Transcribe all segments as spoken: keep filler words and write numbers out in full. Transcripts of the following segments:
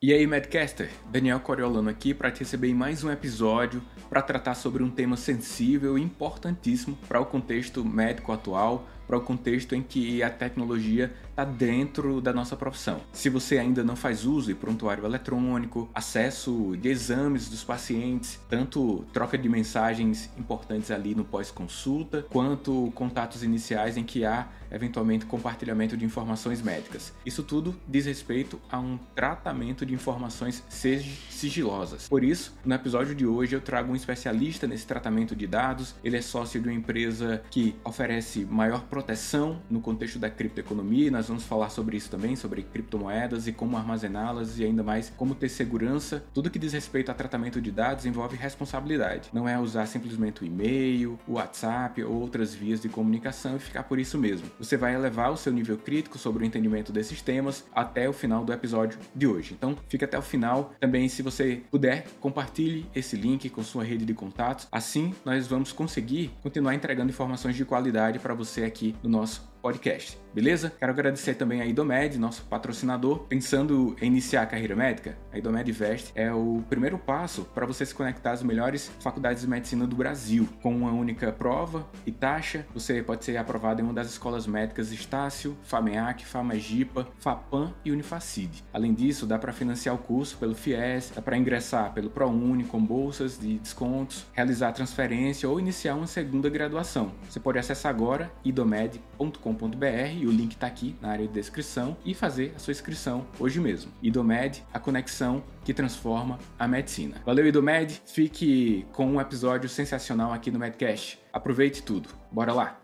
E aí, Medcaster, Daniel Coriolano aqui para te receber em mais um episódio para tratar sobre um tema sensível e importantíssimo para o contexto médico atual, para o contexto em que a tecnologia está dentro da nossa profissão. Se você ainda não faz uso de prontuário eletrônico, acesso de exames dos pacientes, tanto troca de mensagens importantes ali no pós-consulta, quanto contatos iniciais em que há eventualmente compartilhamento de informações médicas. Isso tudo diz respeito a um tratamento de informações sigilosas. Por isso, no episódio de hoje eu trago um especialista nesse tratamento de dados. Ele é sócio de uma empresa que oferece maior proteção no contexto da criptoeconomia. Nós vamos falar sobre isso também, sobre criptomoedas e como armazená-las e ainda mais como ter segurança. Tudo que diz respeito a tratamento de dados envolve responsabilidade. Não é usar simplesmente o e-mail, o WhatsApp ou outras vias de comunicação e ficar por isso mesmo. Você vai elevar o seu nível crítico sobre o entendimento desses temas até o final do episódio de hoje. Então, fica até o final. Também, se você puder, compartilhe esse link com sua rede de contatos. Assim, nós vamos conseguir continuar entregando informações de qualidade para você aqui no nosso podcast, beleza? Quero agradecer também a Idomed, nosso patrocinador. Pensando em iniciar a carreira médica, a Idomed Vest é o primeiro passo para você se conectar às melhores faculdades de medicina do Brasil. Com uma única prova e taxa, você pode ser aprovado em uma das escolas médicas Estácio, FAMEAC, FAMEGIPA, FAPAM e Unifacid. Além disso, dá para financiar o curso pelo FIES, dá para ingressar pelo ProUni com bolsas de descontos, realizar transferência ou iniciar uma segunda graduação. Você pode acessar agora idomed ponto com ponto b r e o link está aqui na área de descrição e fazer a sua inscrição hoje mesmo. Idomed, a conexão que transforma a medicina. Valeu, Idomed, fique com um episódio sensacional aqui no Medcast. Aproveite tudo, bora lá!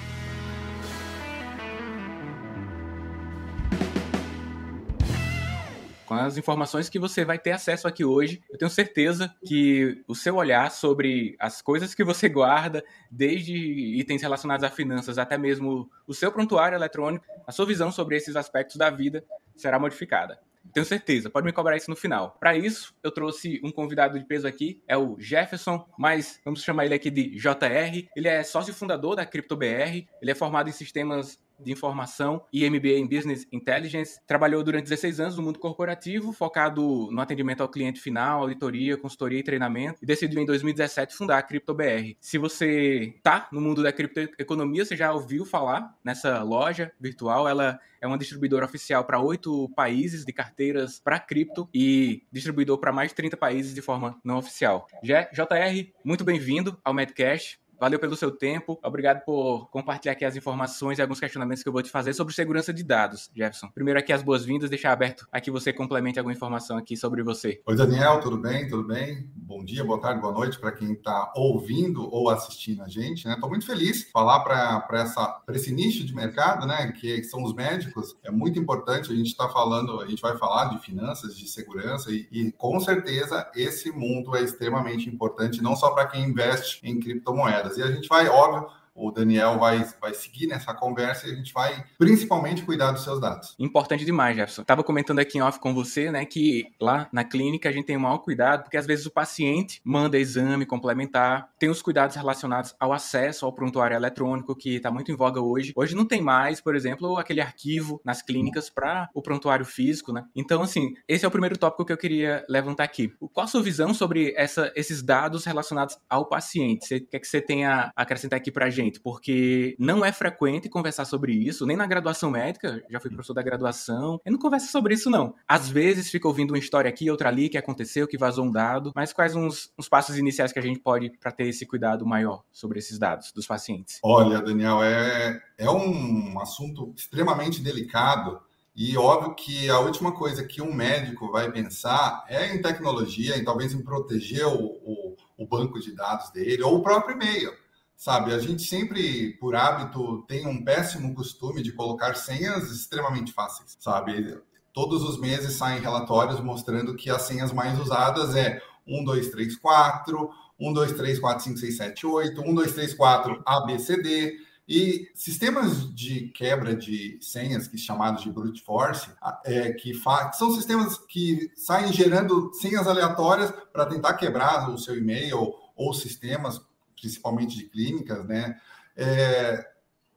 Com as informações que você vai ter acesso aqui hoje, eu tenho certeza que o seu olhar sobre as coisas que você guarda, desde itens relacionados a finanças até mesmo o seu prontuário eletrônico, a sua visão sobre esses aspectos da vida será modificada. Tenho certeza, pode me cobrar isso no final. Para isso, eu trouxe um convidado de peso aqui, é o Jefferson, mas vamos chamar ele aqui de J R. Ele é sócio fundador da CryptoBR, ele é formado em sistemas de informação e M B A em Business Intelligence. Trabalhou durante dezesseis anos no mundo corporativo, focado no atendimento ao cliente final, auditoria, consultoria e treinamento, e decidiu em dois mil e dezessete fundar a CryptoBR. Se você está no mundo da criptoeconomia, você já ouviu falar nessa loja virtual. Ela é uma distribuidora oficial para oito países de carteiras para cripto e distribuidor para mais de trinta países de forma não oficial. J R, muito bem-vindo ao Medcast. Valeu pelo seu tempo, obrigado por compartilhar aqui as informações e alguns questionamentos que eu vou te fazer sobre segurança de dados, Jefferson. Primeiro aqui as boas-vindas, deixar aberto aqui você complemente alguma informação aqui sobre você. Oi, Daniel, tudo bem? Tudo bem? Bom dia, boa tarde, boa noite para quem está ouvindo ou assistindo a gente, né? Estou muito feliz de falar para esse nicho de mercado, né? Que são os médicos. É muito importante, a gente está falando, a gente vai falar de finanças, de segurança e, e com certeza esse mundo é extremamente importante, não só para quem investe em criptomoedas. E a gente vai, óbvio, o Daniel vai, vai seguir nessa conversa e a gente vai principalmente cuidar dos seus dados. Importante demais, Jefferson. Estava comentando aqui em off com você, né, que lá na clínica a gente tem o maior cuidado, porque às vezes o paciente manda exame complementar, tem os cuidados relacionados ao acesso ao prontuário eletrônico, que está muito em voga hoje. Hoje não tem mais, por exemplo, aquele arquivo nas clínicas para o prontuário físico, né? Então, assim, esse é o primeiro tópico que eu queria levantar aqui. Qual a sua visão sobre essa, esses dados relacionados ao paciente? Você quer que você tenha a acrescentar aqui para a gente? Porque não é frequente conversar sobre isso, nem na graduação médica, já fui professor da graduação, eu não converso sobre isso não. Às vezes fica ouvindo uma história aqui, outra ali, que aconteceu, que vazou um dado, mas quais uns, uns passos iniciais que a gente pode para ter esse cuidado maior sobre esses dados dos pacientes? Olha, Daniel, é, é um assunto extremamente delicado e óbvio que a última coisa que um médico vai pensar é em tecnologia, em talvez em proteger o, o, o banco de dados dele ou o próprio e-mail. Sabe, a gente sempre, por hábito, tem um péssimo costume de colocar senhas extremamente fáceis, sabe? Todos os meses saem relatórios mostrando que as senhas mais usadas é um, dois, três, quatro, um, dois, três, quatro, cinco, seis, sete, oito, um, dois, três, quatro, A, B, C, D. E sistemas de quebra de senhas, que chamados de brute force, é, que, fa- que são sistemas que saem gerando senhas aleatórias para tentar quebrar o seu e-mail ou sistemas, principalmente de clínicas, né? É,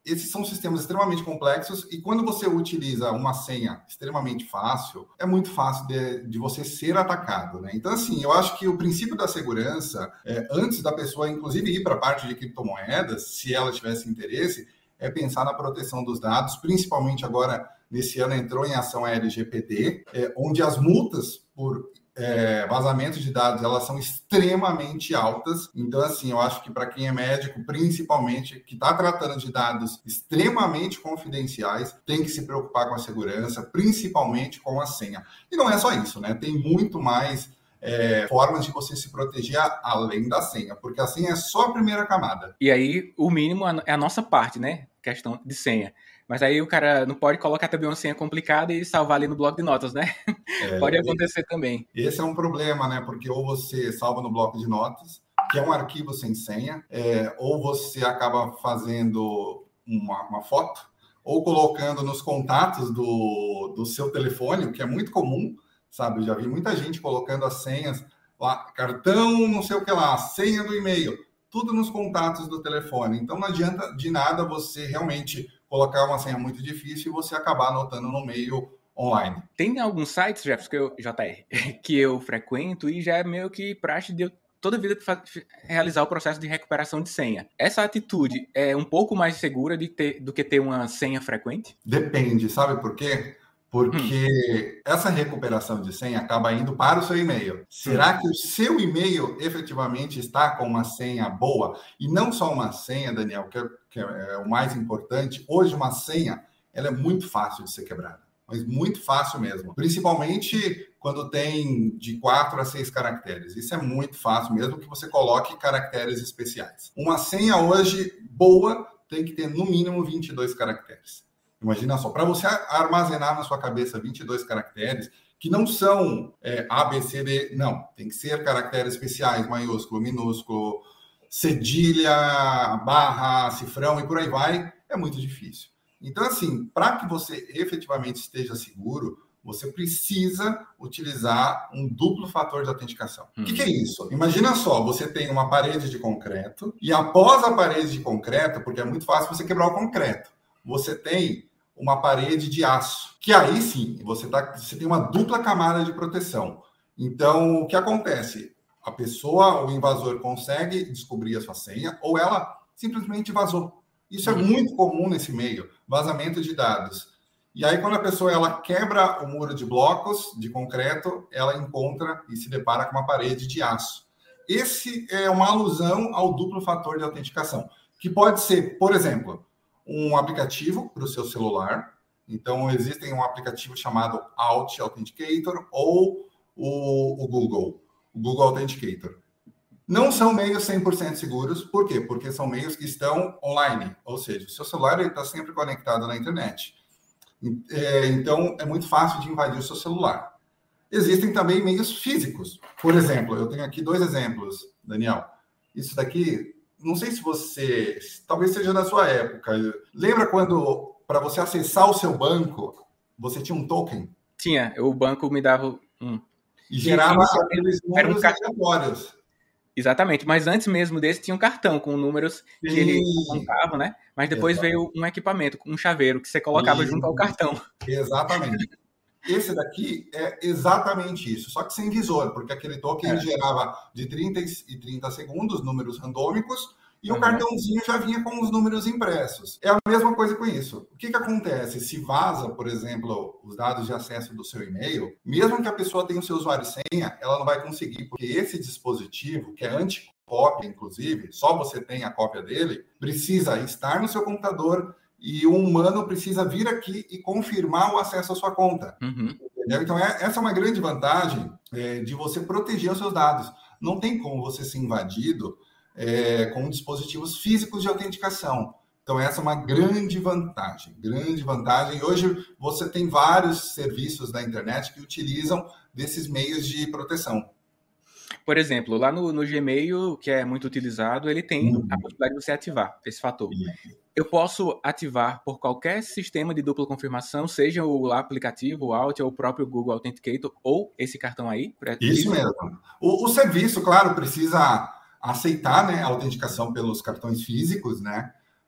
esses são sistemas extremamente complexos e quando você utiliza uma senha extremamente fácil, é muito fácil de, de você ser atacado, né? Então, assim, eu acho que o princípio da segurança, é, antes da pessoa, inclusive, ir para a parte de criptomoedas, se ela tivesse interesse, é pensar na proteção dos dados, principalmente agora, nesse ano, entrou em ação a L G P D, é, onde as multas por É, vazamento de dados, elas são extremamente altas. Então, assim, eu acho que para quem é médico, principalmente, que está tratando de dados extremamente confidenciais, tem que se preocupar com a segurança, principalmente com a senha. E não é só isso, né? Tem muito mais é, formas de você se proteger além da senha, porque a senha é só a primeira camada. E aí, o mínimo é a nossa parte, né? Questão de senha. Mas aí o cara não pode colocar também uma senha complicada e salvar ali no bloco de notas, né? É, pode acontecer também. Esse é um problema, né? Porque ou você salva no bloco de notas, que é um arquivo sem senha, é, ou você acaba fazendo uma, uma foto, ou colocando nos contatos do, do seu telefone, o que é muito comum, sabe? Eu já vi muita gente colocando as senhas lá, cartão, não sei o que lá, senha do e-mail, tudo nos contatos do telefone. Então não adianta de nada você realmente colocar uma senha muito difícil e você acabar anotando no meio online. Tem alguns sites, Jefferson, que eu, J R, que eu frequento e já é meio que praxe de eu toda vida realizar o processo de recuperação de senha. Essa atitude é um pouco mais segura de ter, do que ter uma senha frequente? Depende, sabe por quê? Porque hum. essa recuperação de senha acaba indo para o seu e-mail. Será hum. que o seu e-mail efetivamente está com uma senha boa? E não só uma senha, Daniel, que é, que é o mais importante. Hoje, uma senha, ela é muito fácil de ser quebrada. Mas muito fácil mesmo. Principalmente quando tem de quatro a seis caracteres. Isso é muito fácil, mesmo que você coloque caracteres especiais. Uma senha hoje boa tem que ter no mínimo vinte e dois caracteres. Imagina só, para você armazenar na sua cabeça vinte e dois caracteres, que não são é, A, B, C, D, não. Tem que ser caracteres especiais, maiúsculo, minúsculo, cedilha, barra, cifrão e por aí vai, é muito difícil. Então, assim, para que você efetivamente esteja seguro, você precisa utilizar um duplo fator de autenticação. O hum. que, que é isso? Imagina só, você tem uma parede de concreto e após a parede de concreto, porque é muito fácil você quebrar o concreto, você tem uma parede de aço, que aí sim, você, tá, você tem uma dupla camada de proteção. Então, o que acontece? A pessoa, o invasor, consegue descobrir a sua senha ou ela simplesmente vazou. Isso é muito comum nesse meio, vazamento de dados. E aí, quando a pessoa ela quebra o muro de blocos de concreto, ela encontra e se depara com uma parede de aço. Esse é uma alusão ao duplo fator de autenticação, que pode ser, por exemplo, um aplicativo para o seu celular. Então, existem um aplicativo chamado Auth Authenticator ou o, o Google, o Google Authenticator. Não são meios cem por cento seguros. Por quê? Porque são meios que estão online, ou seja, o seu celular está sempre conectado na internet. É, então, é muito fácil de invadir o seu celular. Existem também meios físicos. Por exemplo, eu tenho aqui dois exemplos, Daniel. Isso daqui, não sei se você, talvez seja da sua época. Lembra quando, para você acessar o seu banco, você tinha um token? Tinha, o banco me dava um... E gerava aqueles números aleatórios. Exatamente, mas antes mesmo desse tinha um cartão com números que Sim. ele apontava, né? Mas depois Exatamente. veio um equipamento, um chaveiro, que você colocava Sim. junto ao cartão. Exatamente. Esse daqui é exatamente isso, só que sem visor, porque aquele token é. gerava de trinta e trinta segundos, números randômicos, e uhum. o cartãozinho já vinha com os números impressos. É a mesma coisa com isso. O que, que acontece? Se vaza, por exemplo, os dados de acesso do seu e-mail, mesmo que a pessoa tenha o seu usuário e senha, ela não vai conseguir, porque esse dispositivo, que é anticópia, inclusive, só você tem a cópia dele, precisa estar no seu computador e o humano precisa vir aqui e confirmar o acesso à sua conta. Uhum. Entendeu? Então, é, essa é uma grande vantagem é, de você proteger os seus dados. Não tem como você ser invadido É, com dispositivos físicos de autenticação. Então, essa é uma grande vantagem, grande vantagem. E hoje você tem vários serviços da internet que utilizam desses meios de proteção. Por exemplo, lá no, no Gmail, que é muito utilizado, ele tem uhum. a possibilidade de você ativar esse fator. Uhum. Eu posso ativar por qualquer sistema de dupla confirmação, seja o aplicativo, o Auth, ou o próprio Google Authenticator, ou esse cartão aí? Isso mesmo. O, o serviço, claro, precisa aceitar, né, a autenticação pelos cartões físicos, né?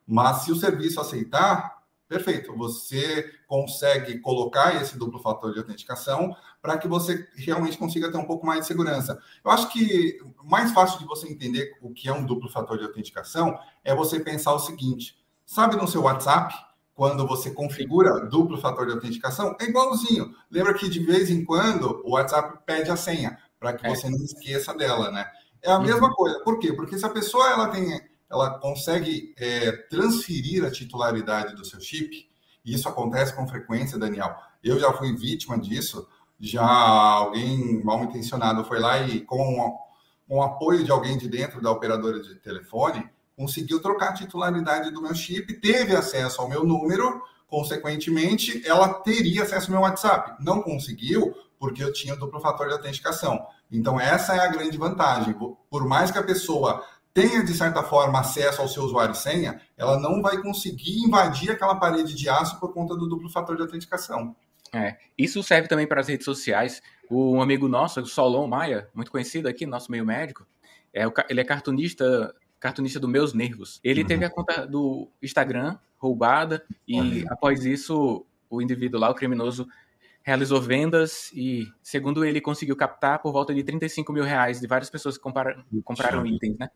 Mas se o serviço aceitar, perfeito, você consegue colocar esse duplo fator de autenticação para que você realmente consiga ter um pouco mais de segurança. Eu acho que o mais fácil de você entender o que é um duplo fator de autenticação é você pensar o seguinte, sabe no seu WhatsApp, quando você configura duplo fator de autenticação, é igualzinho. Lembra que de vez em quando o WhatsApp pede a senha, para que é. você não esqueça dela, né? É a uhum. mesma coisa. Por quê? Porque se a pessoa ela tem, ela consegue é, transferir a titularidade do seu chip, e isso acontece com frequência, Daniel. Eu já fui vítima disso, já alguém mal intencionado foi lá e com o apoio de alguém de dentro da operadora de telefone, conseguiu trocar a titularidade do meu chip, teve acesso ao meu número, consequentemente, ela teria acesso ao meu WhatsApp. Não conseguiu, porque eu tinha duplo fator de autenticação. Então, essa é a grande vantagem. Por mais que a pessoa tenha, de certa forma, acesso ao seu usuário e senha, ela não vai conseguir invadir aquela parede de aço por conta do duplo fator de autenticação. É, isso serve também para as redes sociais. Um amigo nosso, o Solon Maia, muito conhecido aqui no nosso meio médico, é, ele é cartunista... cartunista do Meus Nervos. Ele uhum. teve a conta do Instagram roubada e, uhum. após isso, o indivíduo lá, o criminoso, realizou vendas e, segundo ele, conseguiu captar por volta de trinta e cinco mil reais de várias pessoas que compraram, compraram itens, né?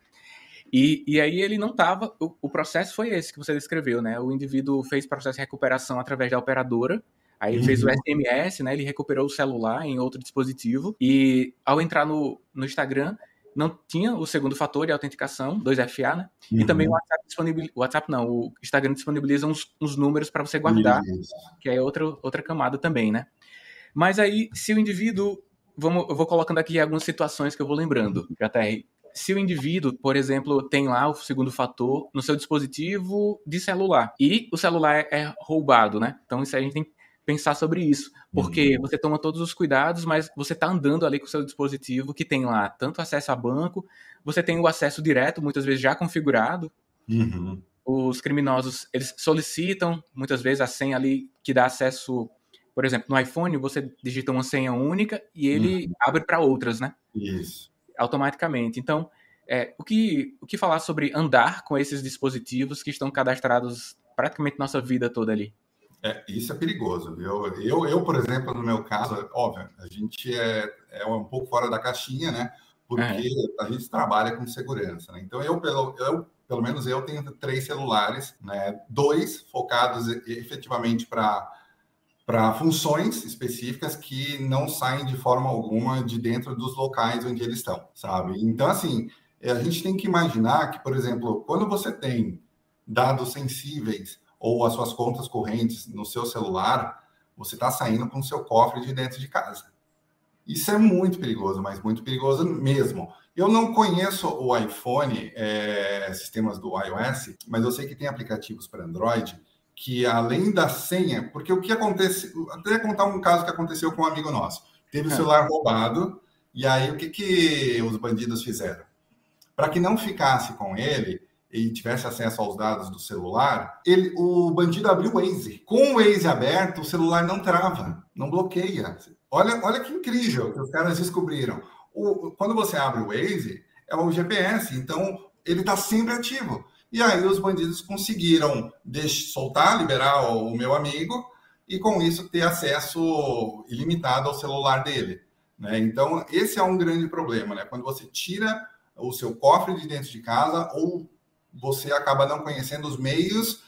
E, e aí ele não estava... O, o processo foi esse que você descreveu, né? O indivíduo fez processo de recuperação através da operadora, aí ele uhum. fez o S M S, né? Ele recuperou o celular em outro dispositivo e, ao entrar no, no Instagram, não tinha o segundo fator de autenticação, dois F A, né? Uhum. E também o WhatsApp disponibiliza... O WhatsApp não, o Instagram disponibiliza uns, uns números para você guardar, isso. que é outra, outra camada também, né? Mas aí, se o indivíduo... Vamos, eu vou colocando aqui algumas situações que eu vou lembrando, J R. Se o indivíduo, por exemplo, tem lá o segundo fator no seu dispositivo de celular, e o celular é roubado, né? Então, isso aí a gente tem que pensar sobre isso, porque uhum. você toma todos os cuidados, mas você está andando ali com o seu dispositivo que tem lá tanto acesso a banco, você tem o acesso direto, muitas vezes já configurado. Uhum. Os criminosos, eles solicitam muitas vezes a senha ali que dá acesso, por exemplo, no iPhone você digita uma senha única e ele uhum. abre para outras, né? Isso. Automaticamente. Então, é, o, que, o que falar sobre andar com esses dispositivos que estão cadastrados praticamente nossa vida toda ali? É, isso é perigoso, viu? Eu, eu, por exemplo, no meu caso, óbvio, a gente é, é um pouco fora da caixinha, né? Porque é. a gente trabalha com segurança, né? Então, eu pelo, eu, pelo menos eu tenho três celulares, né? Dois focados efetivamente para para funções específicas que não saem de forma alguma de dentro dos locais onde eles estão, sabe? Então, assim, a gente tem que imaginar que, por exemplo, quando você tem dados sensíveis ou as suas contas correntes no seu celular, você está saindo com o seu cofre de dentro de casa. Isso é muito perigoso, mas muito perigoso mesmo. Eu não conheço o iPhone, é, sistemas do iOS, mas eu sei que tem aplicativos para Android que, além da senha, porque o que acontece... Até contar um caso que aconteceu com um amigo nosso. Teve o celular roubado, e aí o que, que os bandidos fizeram? Para que não ficasse com ele e tivesse acesso aos dados do celular, ele, o bandido abriu o Waze. Com o Waze aberto, o celular não trava, não bloqueia. Olha, olha que incrível que os caras descobriram. O, quando você abre o Waze, é o G P S, então ele está sempre ativo. E aí os bandidos conseguiram deixar, soltar, liberar o meu amigo e com isso ter acesso ilimitado ao celular dele, né? Então, esse é um grande problema, né? Quando você tira o seu cofre de dentro de casa ou você acaba não conhecendo os meios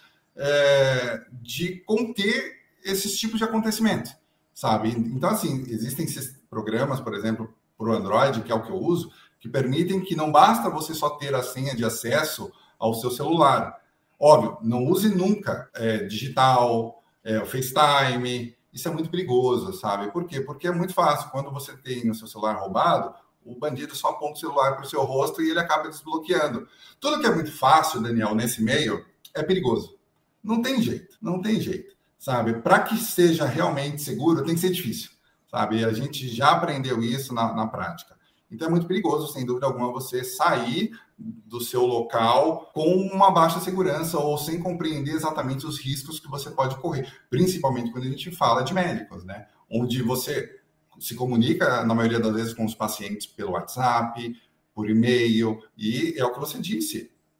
é, de conter esses tipos de acontecimento, sabe? Então, assim, existem esses programas, por exemplo, para o Android, que é o que eu uso, que permitem que não basta você só ter a senha de acesso ao seu celular. Óbvio, não use nunca é, digital, é, o FaceTime, isso é muito perigoso, sabe? Por quê? Porque é muito fácil. Quando você tem o seu celular roubado, o bandido só aponta o celular para o seu rosto e ele acaba desbloqueando. Tudo que é muito fácil, Daniel, nesse meio, é perigoso. Não tem jeito, não tem jeito, sabe? Para que seja realmente seguro, tem que ser difícil, sabe? A gente já aprendeu isso na, na prática. Então é muito perigoso, sem dúvida alguma, você sair do seu local com uma baixa segurança ou sem compreender exatamente os riscos que você pode correr, principalmente quando a gente fala de médicos, né? Onde você se comunica, na maioria das vezes, com os pacientes pelo WhatsApp, por e-mail, e é o que você disse.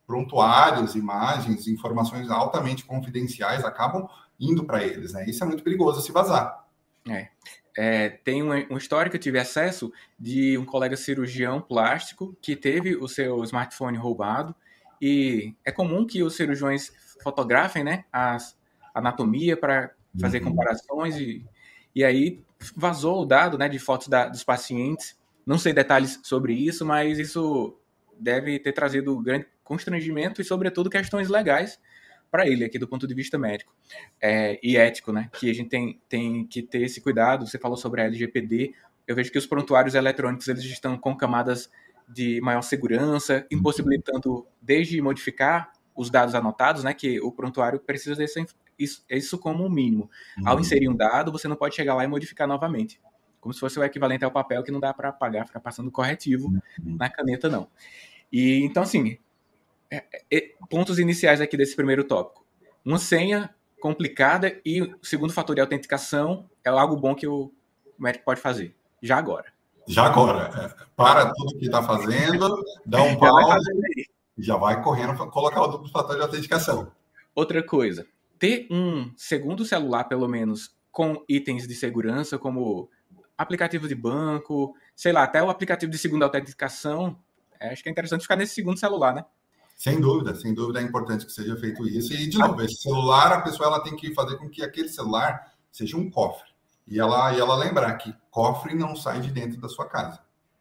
prontuários, imagens, informações altamente confidenciais acabam indo para eles, né? Isso é muito perigoso se vazar. É. É, tem uma, uma história que eu tive acesso de um colega cirurgião plástico que teve o seu smartphone roubado, e é comum que os cirurgiões fotografem, né, a anatomia para fazer uhum. comparações, e, e aí vazou o dado, né, de fotos da, dos pacientes. Não sei detalhes sobre isso, mas isso deve ter trazido grande constrangimento e, sobretudo, questões legais para ele, aqui do ponto de vista médico é, e ético, né? Que a gente tem, tem que ter esse cuidado. Você falou sobre a L G P D. Eu vejo que os prontuários eletrônicos eles estão com camadas de maior segurança, impossibilitando desde modificar os dados anotados, né? Que o prontuário precisa desse isso, isso como um mínimo. Uhum. Ao inserir um dado, você não pode chegar lá e modificar novamente, como se fosse o equivalente ao papel que não dá para apagar, ficar passando corretivo uhum. na caneta, não. E então, assim, é, é, pontos iniciais aqui desse primeiro tópico. Uma senha complicada e o segundo fator de autenticação é algo bom que o médico pode fazer, já agora. Já agora. É, para tudo que está fazendo, dá um pau e já vai correndo para colocar o duplo fator de autenticação. Outra coisa, ter um segundo celular, pelo menos, com itens de segurança, como aplicativo de banco, sei lá, até o aplicativo de segunda autenticação, acho que é interessante ficar nesse segundo celular, né? Sem dúvida, sem dúvida é importante que seja feito isso. E, de novo, esse celular, a pessoa ela tem que fazer com que aquele celular seja um cofre. E ela, e ela lembrar que cofre não sai de dentro da sua casa.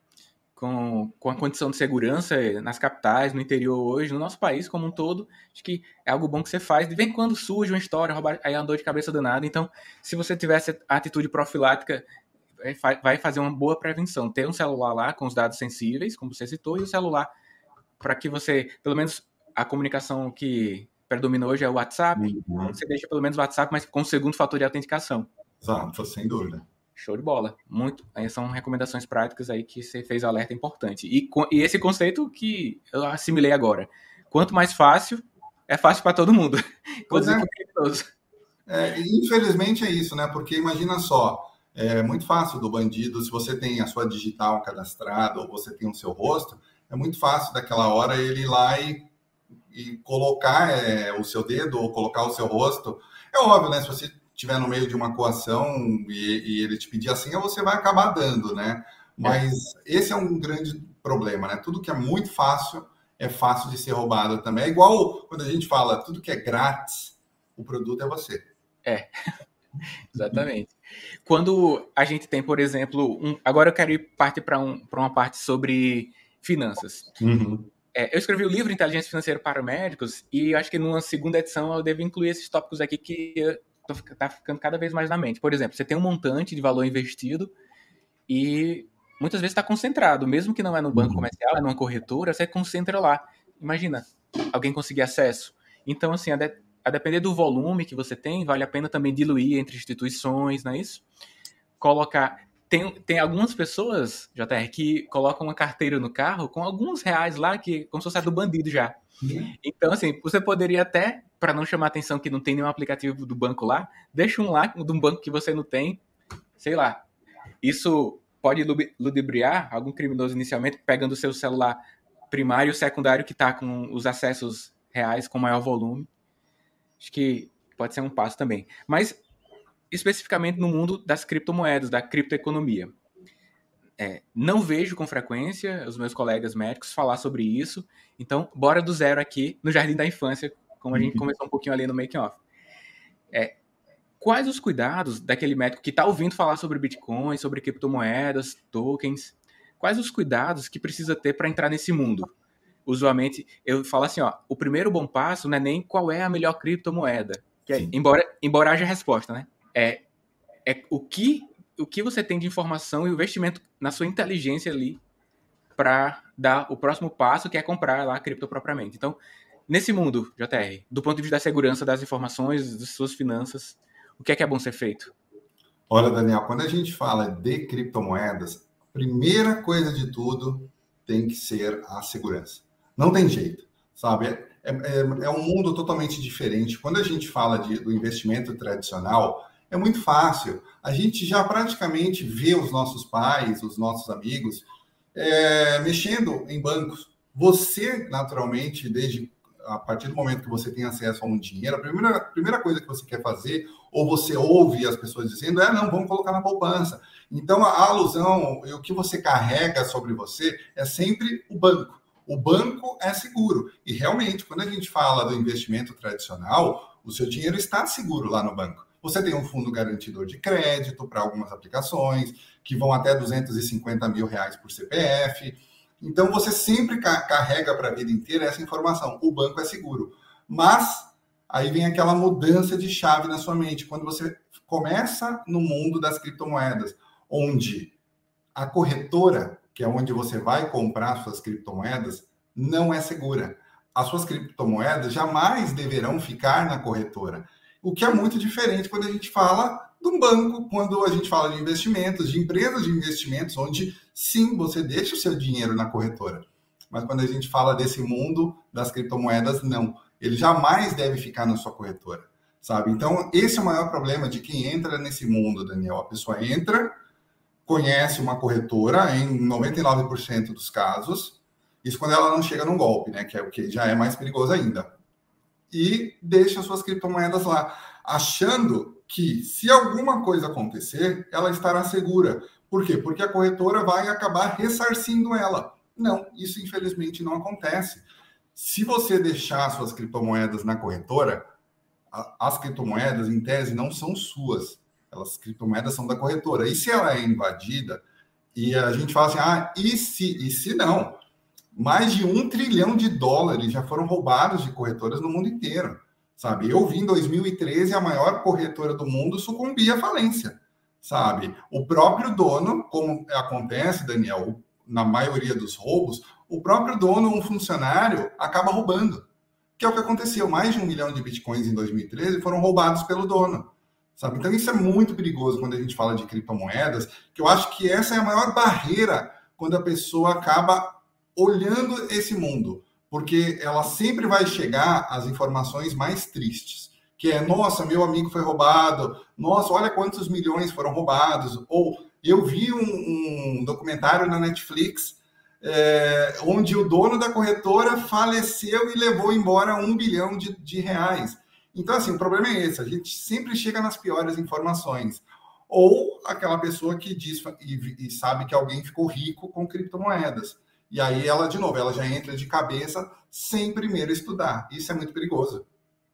Com, com a condição de segurança nas capitais, no interior hoje, no nosso país como um todo, acho que é algo bom que você faz. De vez em quando surge uma história, roubar, aí é uma dor de cabeça danada. Então, se você tivesse a atitude profilática, vai fazer uma boa prevenção. Ter um celular lá com os dados sensíveis, como você citou, e o celular para que você, pelo menos a comunicação que predomina hoje é o WhatsApp, uhum. você deixa pelo menos o WhatsApp, mas com o segundo fator de autenticação. Exato, sem dúvida. Show de bola. Muito. Aí são recomendações práticas aí que você fez alerta importante. E, e esse conceito que eu assimilei agora. Quanto mais fácil, é fácil para todo mundo. Inclusive para criminoso. É, infelizmente é isso, né? Porque imagina só, é muito fácil do bandido, se você tem a sua digital cadastrada ou você tem o seu rosto, é muito fácil daquela hora ele ir lá e, e colocar é, o seu dedo ou colocar o seu rosto. É óbvio, né? Se você estiver no meio de uma coação e, e ele te pedir a senha, você vai acabar dando, né? Mas é. esse é um grande problema, né? Tudo que é muito fácil é fácil de ser roubado também. É igual quando a gente fala, tudo que é grátis, o produto é você. É, exatamente. Quando a gente tem, por exemplo, um... agora eu quero ir partir para um, para uma parte sobre finanças. Uhum. É, eu escrevi o livro Inteligência Financeira para Médicos e acho que numa segunda edição eu devo incluir esses tópicos aqui que está ficando cada vez mais na mente. Por exemplo, você tem um montante de valor investido e muitas vezes está concentrado, mesmo que não é no banco uhum. comercial, é numa corretora, você concentra lá. Imagina, alguém conseguir acesso. Então, assim, a, de, a depender do volume que você tem, vale a pena também diluir entre instituições, não é isso? Colocar... Tem, tem algumas pessoas, J R, que colocam uma carteira no carro com alguns reais lá, que como se fosse a do bandido já. Uhum. Então, assim, você poderia até, para não chamar atenção que não tem nenhum aplicativo do banco lá, deixa um lá de um banco que você não tem, sei lá. Isso pode ludibriar algum criminoso inicialmente, pegando o seu celular primário e secundário que está com os acessos reais com maior volume. Acho que pode ser um passo também. Mas... especificamente no mundo das criptomoedas, da criptoeconomia. É, não vejo com frequência os meus colegas médicos falar sobre isso, então bora do zero aqui no Jardim da Infância, como a gente começou um pouquinho ali no making off. É, quais os cuidados daquele médico que está ouvindo falar sobre Bitcoin, sobre criptomoedas, tokens, quais os cuidados que precisa ter para entrar nesse mundo? Usualmente, eu falo assim, ó, o primeiro bom passo não é nem qual é a melhor criptomoeda, que é, embora, embora haja resposta, né? É, é o, que, o que você tem de informação e investimento na sua inteligência ali para dar o próximo passo, que é comprar lá a cripto propriamente. Então, nesse mundo, J R, do ponto de vista da segurança das informações, das suas finanças, o que é que é bom ser feito? Olha, Daniel, quando a gente fala de criptomoedas, a primeira coisa de tudo tem que ser a segurança. Não tem jeito, sabe? É, é, é um mundo totalmente diferente. Quando a gente fala de, do investimento tradicional... é muito fácil. A gente já praticamente vê os nossos pais, os nossos amigos, é, mexendo em bancos. você, naturalmente, desde a partir do momento que você tem acesso a um dinheiro, a primeira, primeira coisa que você quer fazer, ou você ouve as pessoas dizendo, é, não, vamos colocar na poupança. Então, a alusão, e o que você carrega sobre você é sempre o banco. O banco é seguro. E, realmente, quando a gente fala do investimento tradicional, o seu dinheiro está seguro lá no banco. Você tem um fundo garantidor de crédito para algumas aplicações, que vão até duzentos e cinquenta mil reais por C P F. Então, você sempre carrega para a vida inteira essa informação. O banco é seguro. Mas, aí vem aquela mudança de chave na sua mente. Quando você começa no mundo das criptomoedas, onde a corretora, que é onde você vai comprar suas criptomoedas, não é segura. As suas criptomoedas jamais deverão ficar na corretora. O que é muito diferente quando a gente fala de um banco, quando a gente fala de investimentos, de empresas de investimentos, onde sim, você deixa o seu dinheiro na corretora. Mas quando a gente fala desse mundo das criptomoedas, não. Ele jamais deve ficar na sua corretora, sabe? Então, esse é o maior problema de quem entra nesse mundo, Daniel. A pessoa entra, conhece uma corretora em noventa e nove por cento dos casos, isso quando ela não chega num golpe, né? Que é o que já é mais perigoso ainda. E deixa suas criptomoedas lá, achando que se alguma coisa acontecer, ela estará segura. Por quê? Porque a corretora vai acabar ressarcindo ela. Não, isso infelizmente não acontece. Se você deixar suas criptomoedas na corretora, as criptomoedas, em tese, não são suas. As criptomoedas são da corretora. E se ela é invadida, e a gente fala assim, ah, e se, e se não? Mais de um trilhão de dólares já foram roubados de corretoras no mundo inteiro, sabe? Eu vi em dois mil e treze a maior corretora do mundo sucumbir à falência, sabe? O próprio dono, como acontece, Daniel, na maioria dos roubos, o próprio dono, um funcionário, acaba roubando. Que é o que aconteceu. Mais de um milhão de bitcoins em dois mil e treze foram roubados pelo dono, sabe? Então isso é muito perigoso quando a gente fala de criptomoedas, que eu acho que essa é a maior barreira quando a pessoa acaba olhando esse mundo, porque ela sempre vai chegar às informações mais tristes, que é, nossa, meu amigo foi roubado, nossa, olha quantos milhões foram roubados, ou eu vi um, um documentário na Netflix é, onde o dono da corretora faleceu e levou embora um bilhão de, de reais. Então, assim, o problema é esse, a gente sempre chega nas piores informações, ou aquela pessoa que diz e, e sabe que alguém ficou rico com criptomoedas. E aí ela, de novo, ela já entra de cabeça sem primeiro estudar. Isso é muito perigoso.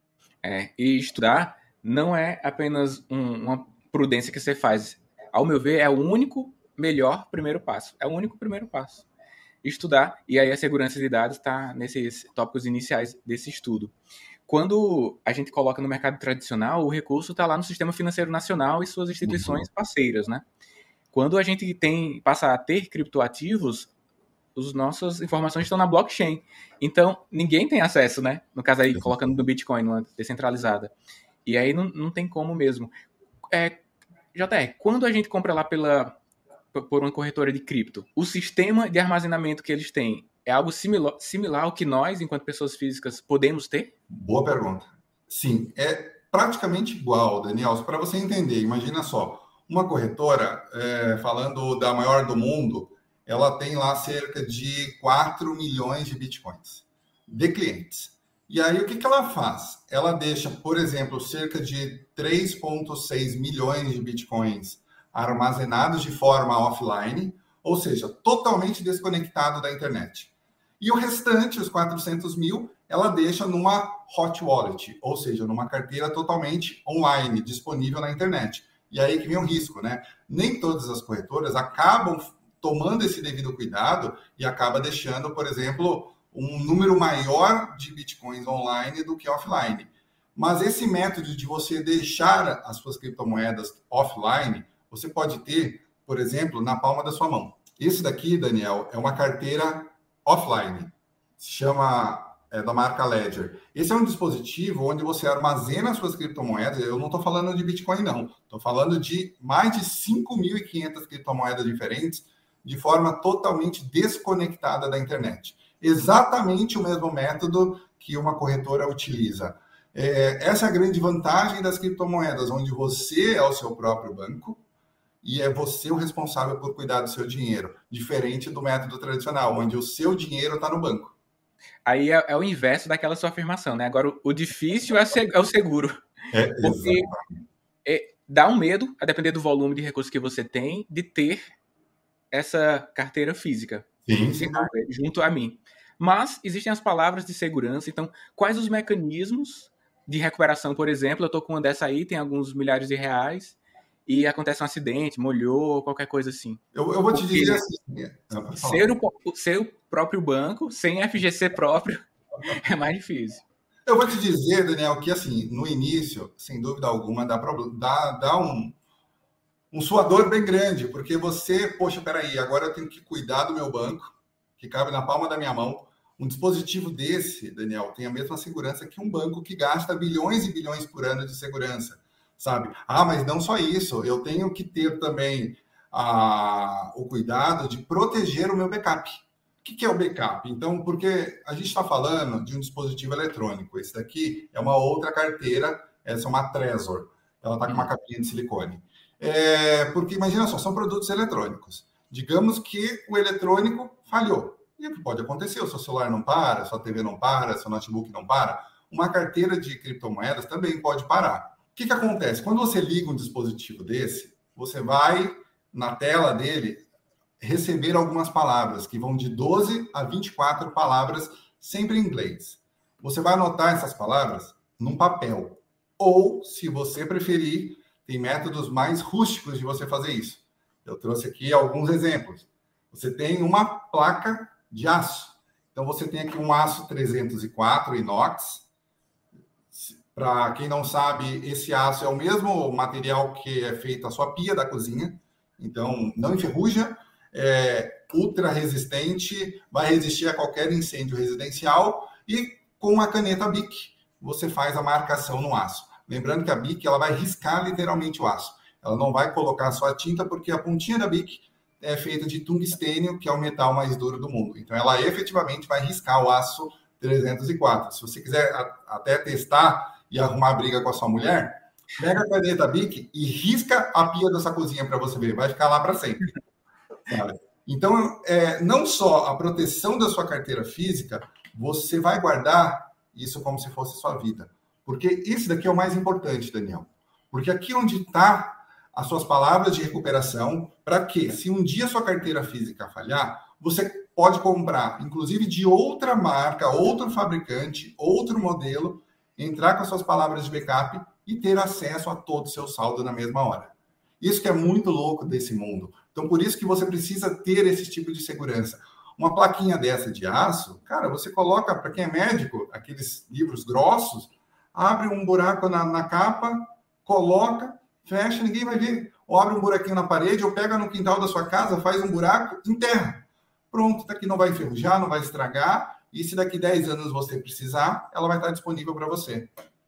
É, e estudar não é apenas um, uma prudência que você faz. Ao meu ver, é o único melhor primeiro passo. É o único primeiro passo. Estudar, e aí a segurança de dados está nesses tópicos iniciais desse estudo. Quando a gente coloca no mercado tradicional, o recurso está lá no Sistema Financeiro Nacional e suas instituições uhum. parceiras, né? Quando a gente tem, passa a ter criptoativos, as nossas informações estão na blockchain. Então, ninguém tem acesso, né? No caso aí, colocando no Bitcoin, numa descentralizada. E aí não, não tem como mesmo. É, J R, quando a gente compra lá pela, por uma corretora de cripto, o sistema de armazenamento que eles têm é algo similar, similar ao que nós, enquanto pessoas físicas, podemos ter? Boa pergunta. Sim, é praticamente igual, Daniel. Para você entender, imagina só, uma corretora, é, falando da maior do mundo, ela tem lá cerca de quatro milhões de bitcoins de clientes. E aí, o que, que ela faz? Ela deixa, por exemplo, cerca de três vírgula seis milhões de bitcoins armazenados de forma offline, ou seja, totalmente desconectado da internet. E o restante, os quatrocentos mil, ela deixa numa hot wallet, ou seja, numa carteira totalmente online, disponível na internet. E aí que vem o risco, né? Nem todas as corretoras acabam tomando esse devido cuidado e acaba deixando, por exemplo, um número maior de bitcoins online do que offline. Mas esse método de você deixar as suas criptomoedas offline, você pode ter, por exemplo, na palma da sua mão. Esse daqui, Daniel, é uma carteira offline. Se chama, é da marca Ledger. Esse é um dispositivo onde você armazena as suas criptomoedas. Eu não estou falando de Bitcoin, não. Estou falando de mais de cinco mil e quinhentas criptomoedas diferentes de forma totalmente desconectada da internet. Exatamente o mesmo método que uma corretora utiliza. É, essa é a grande vantagem das criptomoedas, onde você é o seu próprio banco e é você o responsável por cuidar do seu dinheiro, diferente do método tradicional, onde o seu dinheiro está no banco. Aí é, é o inverso daquela sua afirmação, né? Agora, o, o difícil é, é o seguro. É, porque é, dá um medo, a depender do volume de recursos que você tem, de ter essa carteira física. Sim, sim. Junto a mim. Mas existem as palavras de segurança. Então, quais os mecanismos de recuperação, por exemplo? Eu estou com uma dessa aí, tem alguns milhares de reais, e acontece um acidente, molhou, qualquer coisa assim. Eu, eu vou te dizer assim... Ser o, ser o próprio banco, sem F G C próprio, é mais difícil. Eu vou te dizer, Daniel, que assim, no início, sem dúvida alguma, dá, dá, dá um, um suador bem grande, porque você, poxa, peraí, agora eu tenho que cuidar do meu banco, que cabe na palma da minha mão. Um dispositivo desse, Daniel, tem a mesma segurança que um banco que gasta bilhões e bilhões por ano de segurança, sabe? Ah, mas não só isso, eu tenho que ter também a, o cuidado de proteger o meu backup. O que é o backup? Então, porque a gente está falando de um dispositivo eletrônico. Esse daqui é uma outra carteira, essa é uma Trezor. Ela está com uma capinha de silicone. É, porque, imagina só, são produtos eletrônicos. Digamos que o eletrônico falhou. E o que pode acontecer? O seu celular não para, sua T V não para, seu notebook não para. Uma carteira de criptomoedas também pode parar. O que, que acontece? Quando você liga um dispositivo desse, você vai, na tela dele, receber algumas palavras, que vão de doze a vinte e quatro palavras, sempre em inglês. Você vai anotar essas palavras num papel. Ou, se você preferir, tem métodos mais rústicos de você fazer isso. Eu trouxe aqui alguns exemplos. Você tem uma placa de aço. Então, você tem aqui um aço trezentos e quatro inox. Para quem não sabe, esse aço é o mesmo material que é feita a sua pia da cozinha. Então, não enferruja. É ultra resistente, vai resistir a qualquer incêndio residencial e com a caneta Bic você faz a marcação no aço. Lembrando que a Bic ela vai riscar literalmente o aço. Ela não vai colocar só a tinta porque a pontinha da Bic é feita de tungstênio, que é o metal mais duro do mundo. Então ela efetivamente vai riscar o aço trezentos e quatro. Se você quiser até testar e arrumar briga com a sua mulher, pega a caneta Bic e risca a pia dessa cozinha para você ver. Vai ficar lá para sempre. Sabe? Então, é, não só a proteção da sua carteira física, você vai guardar isso como se fosse sua vida. Porque isso daqui é o mais importante, Daniel. Porque aqui onde está as suas palavras de recuperação, para que, se um dia sua carteira física falhar, você pode comprar, inclusive de outra marca, outro fabricante, outro modelo, entrar com as suas palavras de backup e ter acesso a todo o seu saldo na mesma hora. Isso que é muito louco desse mundo. Então, por isso que você precisa ter esse tipo de segurança. Uma plaquinha dessa de aço, cara, você coloca, para quem é médico, aqueles livros grossos, abre um buraco na, na capa, coloca, fecha, ninguém vai ver. Ou abre um buraquinho na parede, ou pega no quintal da sua casa, faz um buraco, enterra. Pronto, daqui não vai enferrujar, não vai estragar, e se daqui dez anos você precisar, ela vai estar disponível para você.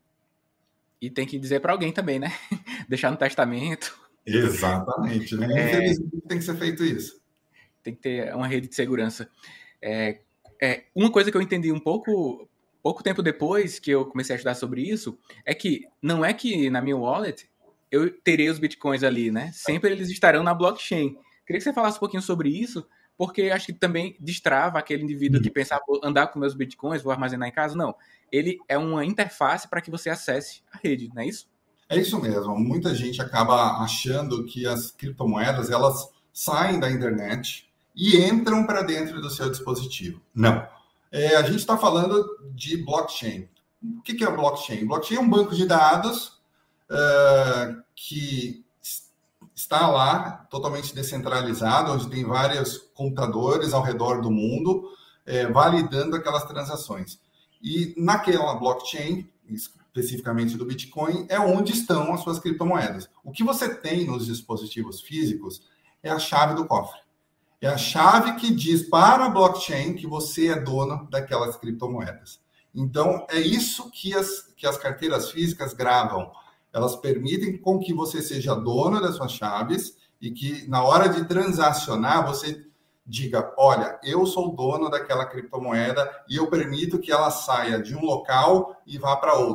E tem que dizer para alguém também, né? Deixar no testamento. Exatamente, né? É, infelizmente tem que ser feito isso. Tem que ter uma rede de segurança. É, é, uma coisa que eu entendi um pouco, pouco tempo depois que eu comecei a estudar sobre isso, é que não é que na minha wallet eu terei os bitcoins ali, né? Sempre eles estarão na blockchain. Queria que você falasse um pouquinho sobre isso, porque acho que também destrava aquele indivíduo que pensa, vou andar com meus bitcoins, vou armazenar em casa. Não, ele é uma interface para que você acesse a rede, não é isso? É isso mesmo. Muita gente acaba achando que as criptomoedas elas saem da internet e entram para dentro do seu dispositivo. Não. É, a gente está falando de blockchain. O que, que é blockchain? Blockchain é um banco de dados uh, que está lá, totalmente descentralizado, onde tem vários computadores ao redor do mundo é, validando aquelas transações. E naquela blockchain, especificamente do Bitcoin, é onde estão as suas criptomoedas. O que você tem nos dispositivos físicos é a chave do cofre. É a chave que diz para a blockchain que você é dono daquelas criptomoedas. Então, é isso que as, que as carteiras físicas gravam. Elas permitem com que você seja dono das suas chaves e que, na hora de transacionar, você diga, olha, eu sou dono daquela criptomoeda e eu permito que ela saia de um local e vá para outro.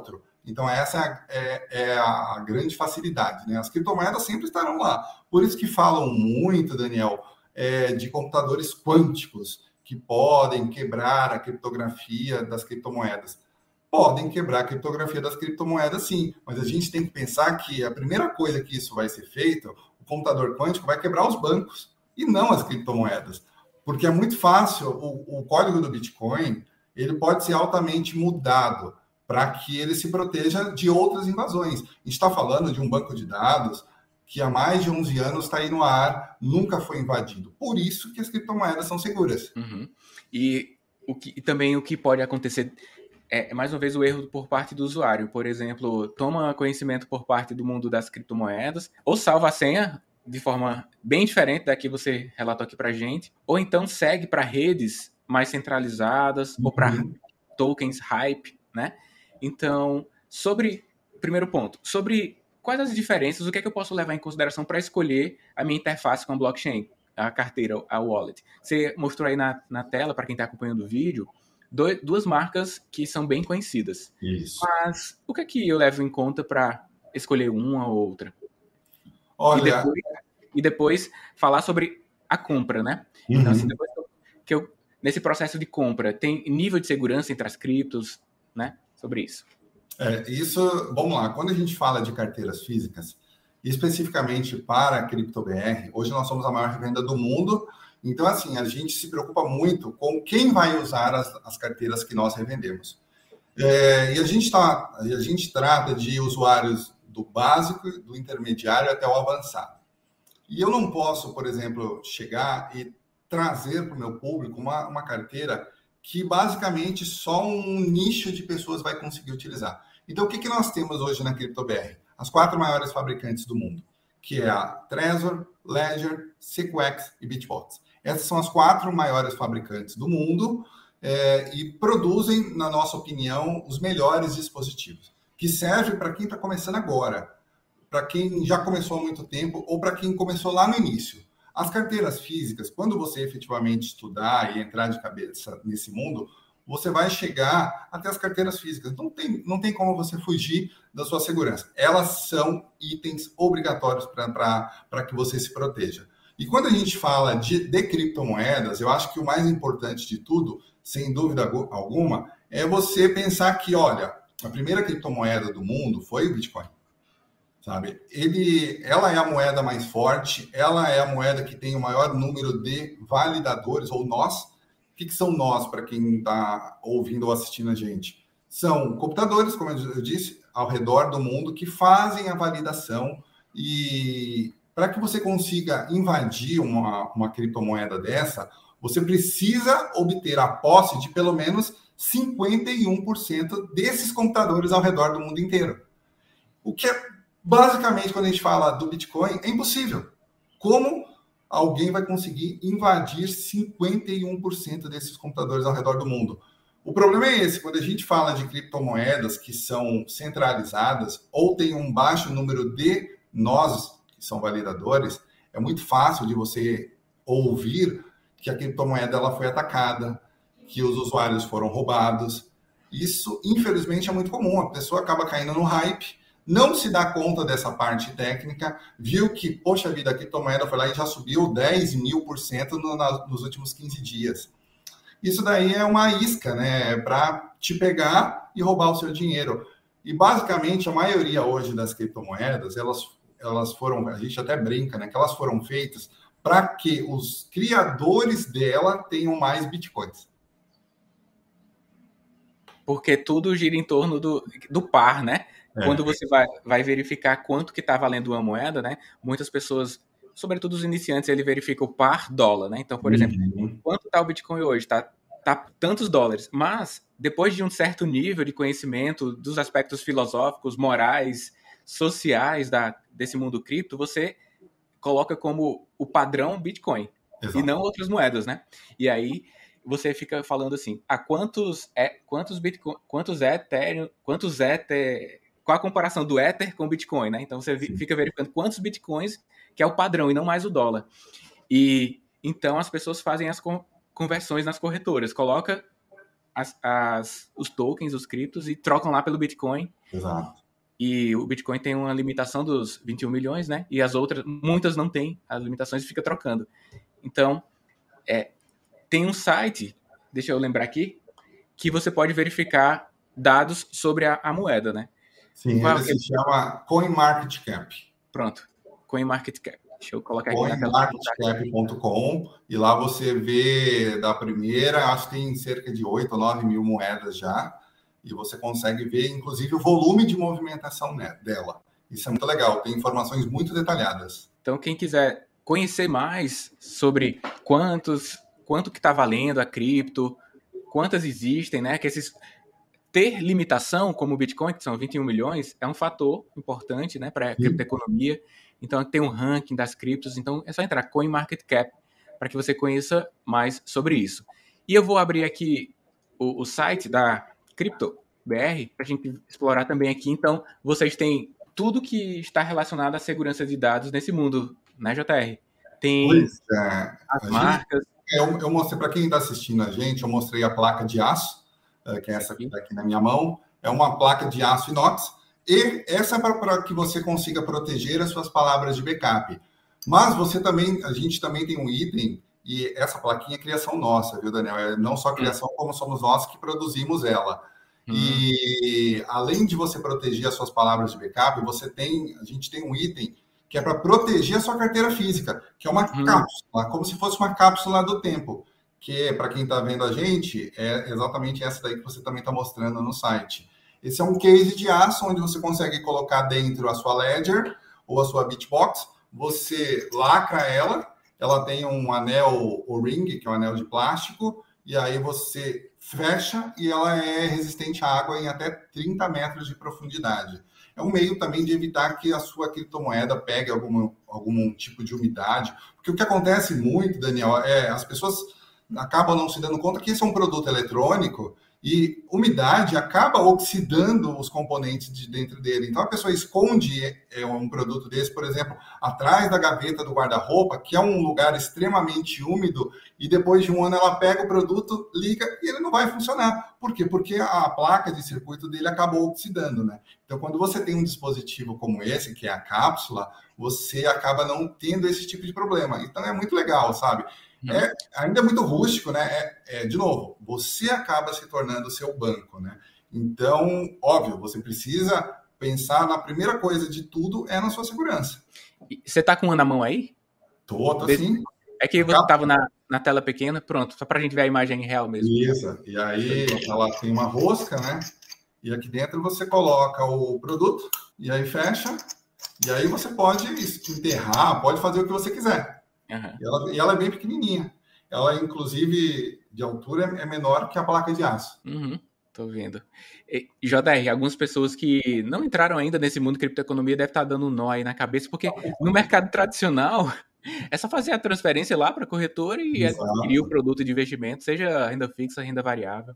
Então, essa é, é a grande facilidade, né? As criptomoedas sempre estarão lá. Por isso que falam muito, Daniel, é, de computadores quânticos, que podem quebrar a criptografia das criptomoedas. Podem quebrar a criptografia das criptomoedas, sim, mas a gente tem que pensar que a primeira coisa que isso vai ser feito, o computador quântico vai quebrar os bancos e não as criptomoedas, porque é muito fácil, o, o código do Bitcoin, ele pode ser altamente mudado para que ele se proteja de outras invasões. A gente está falando de um banco de dados que há mais de onze anos está aí no ar, nunca foi invadido. Por isso que as criptomoedas são seguras. Uhum. E, o que, e também o que pode acontecer é, mais uma vez, o erro por parte do usuário. Por exemplo, toma conhecimento por parte do mundo das criptomoedas, ou salva a senha de forma bem diferente da que você relatou aqui para gente, ou então segue para redes mais centralizadas, uhum. ou para tokens hype, né? Então, sobre... Primeiro ponto, sobre quais as diferenças, o que é que eu posso levar em consideração para escolher a minha interface com a blockchain, a carteira, a wallet. Você mostrou aí na, na tela, para quem está acompanhando o vídeo, dois, duas marcas que são bem conhecidas. Isso. Mas o que é que eu levo em conta para escolher uma ou outra? Olha... E depois, e depois falar sobre a compra, né? Uhum. Então, assim, depois que eu, nesse processo de compra, tem nível de segurança entre as criptos, né? Sobre isso. É, isso, vamos lá, quando a gente fala de carteiras físicas, especificamente para a CryptoBR, hoje nós somos a maior revenda do mundo, então, assim, a gente se preocupa muito com quem vai usar as, as carteiras que nós revendemos. É, e a gente, tá, a gente trata de usuários do básico, do intermediário até o avançado. E eu não posso, por exemplo, chegar e trazer para o meu público uma, uma carteira que basicamente só um nicho de pessoas vai conseguir utilizar. Então, o que, que nós temos hoje na CryptoBR? As quatro maiores fabricantes do mundo, que é a Trezor, Ledger, Sequex e BitBox. Essas são as quatro maiores fabricantes do mundo é, e produzem, na nossa opinião, os melhores dispositivos, que servem para quem está começando agora, para quem já começou há muito tempo ou para quem começou lá no início. As carteiras físicas, quando você efetivamente estudar e entrar de cabeça nesse mundo, você vai chegar até as carteiras físicas. Não tem, não tem como você fugir da sua segurança. Elas são itens obrigatórios para que você se proteja. E quando a gente fala de, de criptomoedas, eu acho que o mais importante de tudo, sem dúvida alguma, é você pensar que, olha, a primeira criptomoeda do mundo foi o Bitcoin. Sabe? Ele, ela é a moeda mais forte, ela é a moeda que tem o maior número de validadores, ou nós. O que, que são nós, para quem está ouvindo ou assistindo a gente? São computadores, como eu disse, ao redor do mundo, que fazem a validação. E para que você consiga invadir uma, uma criptomoeda dessa, você precisa obter a posse de pelo menos cinquenta e um por cento desses computadores ao redor do mundo inteiro. O que é, basicamente, quando a gente fala do Bitcoin, é impossível. Como alguém vai conseguir invadir cinquenta e um por cento desses computadores ao redor do mundo? O problema é esse, quando a gente fala de criptomoedas que são centralizadas ou tem um baixo número de nós, que são validadores, é muito fácil de você ouvir que a criptomoeda ela foi atacada, que os usuários foram roubados. Isso, infelizmente, é muito comum. A pessoa acaba caindo no hype, não se dá conta dessa parte técnica, viu que, poxa vida, a criptomoeda foi lá e já subiu dez mil por cento no, na, nos últimos quinze dias. Isso daí é uma isca, né? Para te pegar e roubar o seu dinheiro. E, basicamente, a maioria hoje das criptomoedas, elas, elas foram, a gente até brinca, né? Que elas foram feitas para que os criadores dela tenham mais bitcoins. Porque tudo gira em torno do, do par, né? É. Quando você vai, vai verificar quanto que está valendo uma moeda, né? Muitas pessoas, sobretudo os iniciantes, ele verifica o par dólar, né? Então, por exemplo, uhum. quanto está o Bitcoin hoje? Está tá tantos dólares. Mas, depois de um certo nível de conhecimento dos aspectos filosóficos, morais, sociais da, desse mundo cripto, você coloca como o padrão Bitcoin. Exato. E não outras moedas, né? E aí você fica falando assim, a quantos é, quantos Bitcoin, quantos Ethereum, quantos Ether, qual a comparação do Ether com o Bitcoin, né? Então você Sim. fica verificando quantos Bitcoins que é o padrão e não mais o dólar. E então as pessoas fazem as conversões nas corretoras, coloca as, as, os tokens, os criptos, e trocam lá pelo Bitcoin. Exato. E o Bitcoin tem uma limitação dos vinte e um milhões, né? E as outras, muitas não têm as limitações e fica trocando. Então, é, tem um site, deixa eu lembrar aqui, que você pode verificar dados sobre a, a moeda, né? Sim, ele se chama CoinMarketCap. Pronto, CoinMarketCap. Deixa eu colocar aqui na tela. coin market cap ponto com, e lá você vê da primeira, acho que tem cerca de oito ou nove mil moedas já, e você consegue ver, inclusive, o volume de movimentação dela. Isso é muito legal, tem informações muito detalhadas. Então, quem quiser conhecer mais sobre quantos, quanto que está valendo a cripto, quantas existem, né? Que esses ter limitação, como o Bitcoin, que são vinte e um milhões, é um fator importante, né, para a criptoeconomia. Então, tem um ranking das criptos. Então, é só entrar CoinMarketCap para que você conheça mais sobre isso. E eu vou abrir aqui o, o site da CryptoBR para a gente explorar também aqui. Então, vocês têm tudo que está relacionado à segurança de dados nesse mundo, né, J R? Tem pois é. as a marcas. Gente, eu, eu mostrei para quem está assistindo a gente, eu mostrei a placa de aço, que é essa que está aqui na minha mão. É uma placa de aço inox. E essa é para que você consiga proteger as suas palavras de backup. Mas você também, a gente também tem um item, e essa plaquinha é criação nossa, viu, Daniel? É não só criação, como somos nós que produzimos ela. Hum. E além de você proteger as suas palavras de backup, você tem, a gente tem um item que é para proteger a sua carteira física, que é uma hum. cápsula, como se fosse uma cápsula do tempo, que para quem está vendo a gente, é exatamente essa daí que você também está mostrando no site. Esse é um case de aço, onde você consegue colocar dentro a sua Ledger ou a sua Bitbox, você lacra ela, ela tem um anel O-ring, que é um anel de plástico, e aí você fecha e ela é resistente à água em até trinta metros de profundidade. É um meio também de evitar que a sua criptomoeda pegue algum, algum tipo de umidade, porque o que acontece muito, Daniel, é as pessoas acabam não se dando conta que esse é um produto eletrônico e umidade acaba oxidando os componentes de dentro dele. Então, a pessoa esconde é, um produto desse, por exemplo, atrás da gaveta do guarda-roupa, que é um lugar extremamente úmido, e depois de um ano ela pega o produto, liga e ele não vai funcionar. Por quê? Porque a placa de circuito dele acabou oxidando, né? Então, quando você tem um dispositivo como esse, que é a cápsula, você acaba não tendo esse tipo de problema. Então, é muito legal, sabe? É, ainda é muito rústico, né? É, é, de novo, você acaba se tornando o seu banco, né? Então, óbvio, você precisa pensar na primeira coisa de tudo é na sua segurança. Você tá com uma na mão aí? Tô, tô sim. É que você tava na, na tela pequena, pronto, só pra gente ver a imagem real mesmo. Isso, e aí ela tem uma rosca, né? E aqui dentro você coloca o produto, e aí fecha, e aí você pode enterrar, pode fazer o que você quiser. Uhum. E, ela, e ela é bem pequenininha. Ela, inclusive, de altura, é menor que a placa de aço. Uhum, tô vendo. E, J R, algumas pessoas que não entraram ainda nesse mundo de criptoeconomia devem estar dando um nó aí na cabeça, porque no mercado tradicional é só fazer a transferência lá para a corretora e Exato. Adquirir o produto de investimento, seja renda fixa, renda variável.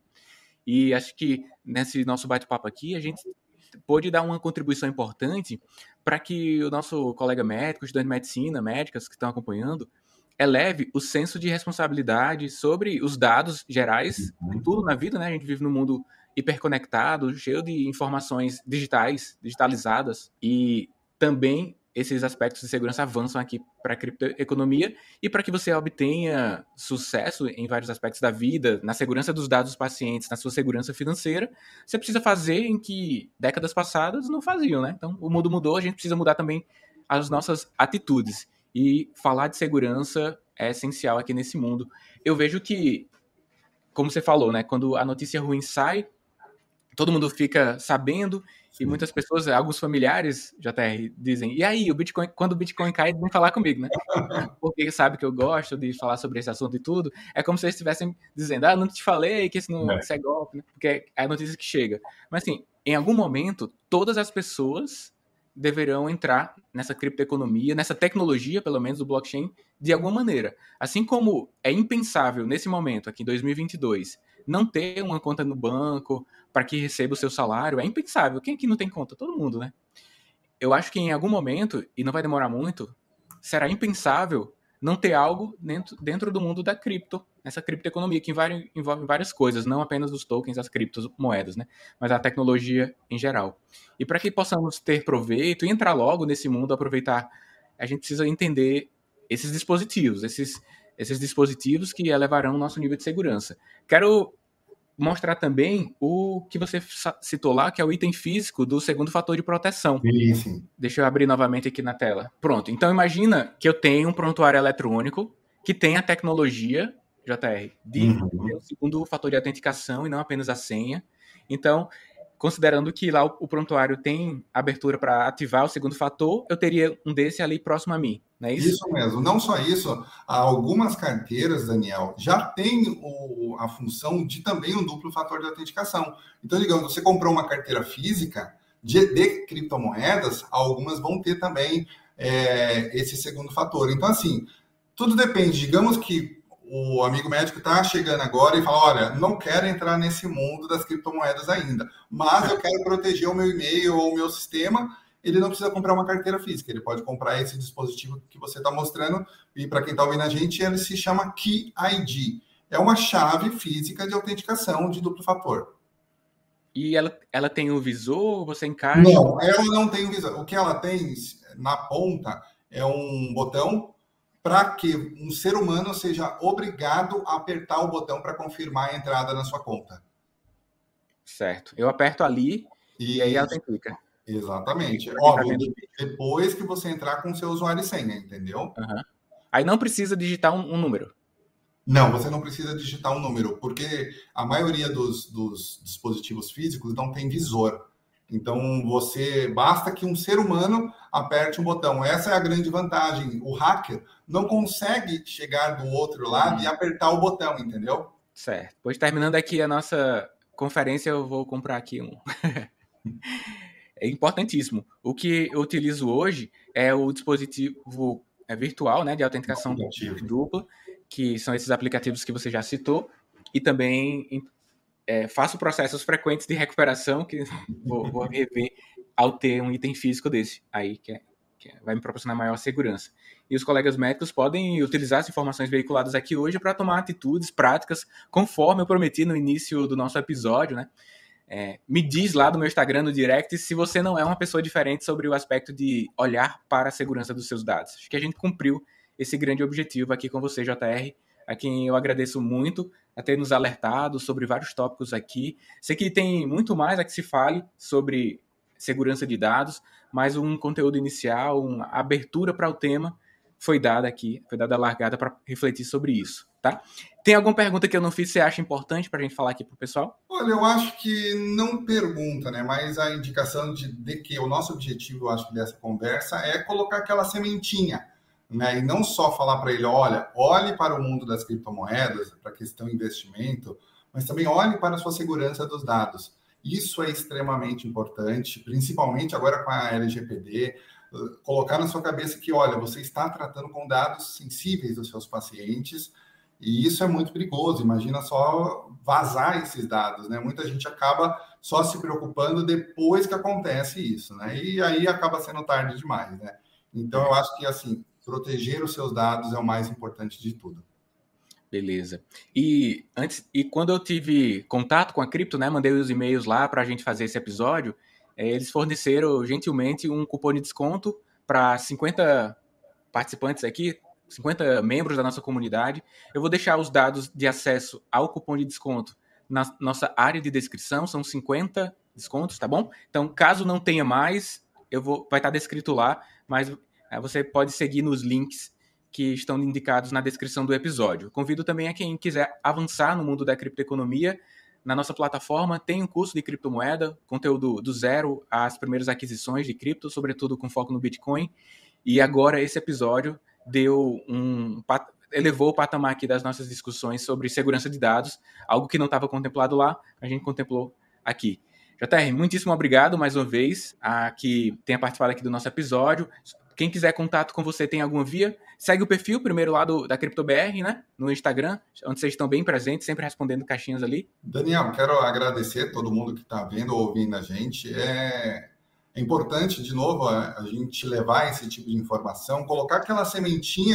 E acho que nesse nosso bate-papo aqui, a gente pôde dar uma contribuição importante para que o nosso colega médico, estudante de medicina, médicas que estão acompanhando, eleve o senso de responsabilidade sobre os dados gerais de tudo na vida, né? A gente vive num mundo hiperconectado, cheio de informações digitais, digitalizadas, e também esses aspectos de segurança avançam aqui para a criptoeconomia e para que você obtenha sucesso em vários aspectos da vida, na segurança dos dados dos pacientes, na sua segurança financeira, você precisa fazer em que décadas passadas não faziam, né? Então, o mundo mudou, a gente precisa mudar também as nossas atitudes. E falar de segurança é essencial aqui nesse mundo. Eu vejo que, como você falou, né? Quando a notícia ruim sai, todo mundo fica sabendo. Sim. E muitas pessoas, alguns familiares, J R, dizem, e aí, o Bitcoin, quando o Bitcoin cai, vem falar comigo, né? Porque sabe que eu gosto de falar sobre esse assunto e tudo. É como se eles estivessem dizendo, ah, não te falei que isso não é, isso é golpe, né? Porque é a notícia que chega. Mas assim, em algum momento, todas as pessoas deverão entrar nessa criptoeconomia, nessa tecnologia, pelo menos, do blockchain, de alguma maneira. Assim como é impensável, nesse momento, aqui em dois mil e vinte e dois, não ter uma conta no banco para que receba o seu salário, é impensável. Quem aqui não tem conta? Todo mundo, né? Eu acho que em algum momento, e não vai demorar muito, será impensável não ter algo dentro, dentro do mundo da cripto, essa criptoeconomia que envolve, envolve várias coisas, não apenas os tokens, as criptomoedas, né? Mas a tecnologia em geral. E para que possamos ter proveito e entrar logo nesse mundo, aproveitar, a gente precisa entender esses dispositivos, esses, esses dispositivos que elevarão o nosso nível de segurança. Quero mostrar também o que você citou lá, que é o item físico do segundo fator de proteção. Sim. Deixa eu abrir novamente aqui na tela. Pronto. Então, imagina que eu tenho um prontuário eletrônico que tem a tecnologia, J R, de Uhum. ter o segundo fator de autenticação e não apenas a senha. Então, considerando que lá o, o prontuário tem abertura para ativar o segundo fator, eu teria um desse ali próximo a mim, não é isso? Isso mesmo. Não só isso, algumas carteiras, Daniel, já tem o, a função de também um duplo fator de autenticação. Então, digamos, você comprou uma carteira física de, de criptomoedas, algumas vão ter também é, esse segundo fator. Então, assim, tudo depende. Digamos que o amigo médico está chegando agora e fala, olha, não quero entrar nesse mundo das criptomoedas ainda, mas eu quero proteger o meu e-mail ou o meu sistema. Ele não precisa comprar uma carteira física, ele pode comprar esse dispositivo que você está mostrando, e para quem está ouvindo a gente, ele se chama Key I D. É uma chave física de autenticação de duplo fator. E ela, ela tem o visor, você encaixa? Não, ela não tem o visor. O que ela tem na ponta é um botão para que um ser humano seja obrigado a apertar o botão para confirmar a entrada na sua conta. Certo. Eu aperto ali e, e aí autentica. Exatamente. Óbvio, depois que você entrar com o seu usuário e senha, entendeu? Uhum. Aí não precisa digitar um, um número. Não, você não precisa digitar um número, porque a maioria dos, dos dispositivos físicos não tem visor. Então, você basta que um ser humano aperte um botão. Essa é a grande vantagem. O hacker não consegue chegar do outro lado uhum. e apertar o botão, entendeu? Certo. Pois terminando aqui a nossa conferência, eu vou comprar aqui um. É importantíssimo. O que eu utilizo hoje é o dispositivo virtual, né, de autenticação dupla, que são esses aplicativos que você já citou, e também é, faço processos frequentes de recuperação, que vou, vou rever ao ter um item físico desse, aí que, é, que é, vai me proporcionar maior segurança. E os colegas médicos podem utilizar as informações veiculadas aqui hoje para tomar atitudes práticas, conforme eu prometi no início do nosso episódio, né? É, me diz lá do meu Instagram, no direct, se você não é uma pessoa diferente sobre o aspecto de olhar para a segurança dos seus dados. Acho que a gente cumpriu esse grande objetivo aqui com você, J R, a quem eu agradeço muito a ter nos alertado sobre vários tópicos aqui. Sei que tem muito mais a que se fale sobre segurança de dados, mas um conteúdo inicial, uma abertura para o tema foi dada aqui, foi dada a largada para refletir sobre isso, tá? Tem alguma pergunta que eu não fiz que você acha importante para a gente falar aqui para o pessoal? Olha, eu acho que não pergunta, né? Mas a indicação de, de que o nosso objetivo, eu acho, dessa conversa é colocar aquela sementinha, né? E não só falar para ele, olha, olhe para o mundo das criptomoedas, para a questão de investimento, mas também olhe para a sua segurança dos dados. Isso é extremamente importante, principalmente agora com a L G P D, colocar na sua cabeça que, olha, você está tratando com dados sensíveis dos seus pacientes, e isso é muito perigoso. Imagina só vazar esses dados, né? Muita gente acaba só se preocupando depois que acontece isso, né? E aí acaba sendo tarde demais, né? Então, eu acho que, assim, proteger os seus dados é o mais importante de tudo. Beleza. E antes, e quando eu tive contato com a cripto, né? Mandei os e-mails lá para a gente fazer esse episódio. Eles forneceram gentilmente um cupom de desconto para cinquenta participantes aqui, cinquenta membros da nossa comunidade. Eu vou deixar os dados de acesso ao cupom de desconto na nossa área de descrição, são cinquenta descontos, tá bom? Então, caso não tenha mais, eu vou, vai estar descrito lá, mas é, você pode seguir nos links que estão indicados na descrição do episódio. Convido também a quem quiser avançar no mundo da criptoeconomia. Na nossa plataforma tem um curso de criptomoeda, conteúdo do zero às primeiras aquisições de cripto, sobretudo com foco no Bitcoin. E agora esse episódio deu um, elevou o patamar aqui das nossas discussões sobre segurança de dados, algo que não estava contemplado lá, a gente contemplou aqui. J R, muitíssimo obrigado mais uma vez a que tenha participado aqui do nosso episódio. Quem quiser contato com você, tem alguma via? Segue o perfil primeiro lá do, da CryptoBR, né? No Instagram, onde vocês estão bem presentes, sempre respondendo caixinhas ali. Daniel, quero agradecer todo mundo que está vendo ou ouvindo a gente. É, é importante, de novo, a, a gente levar esse tipo de informação, colocar aquela sementinha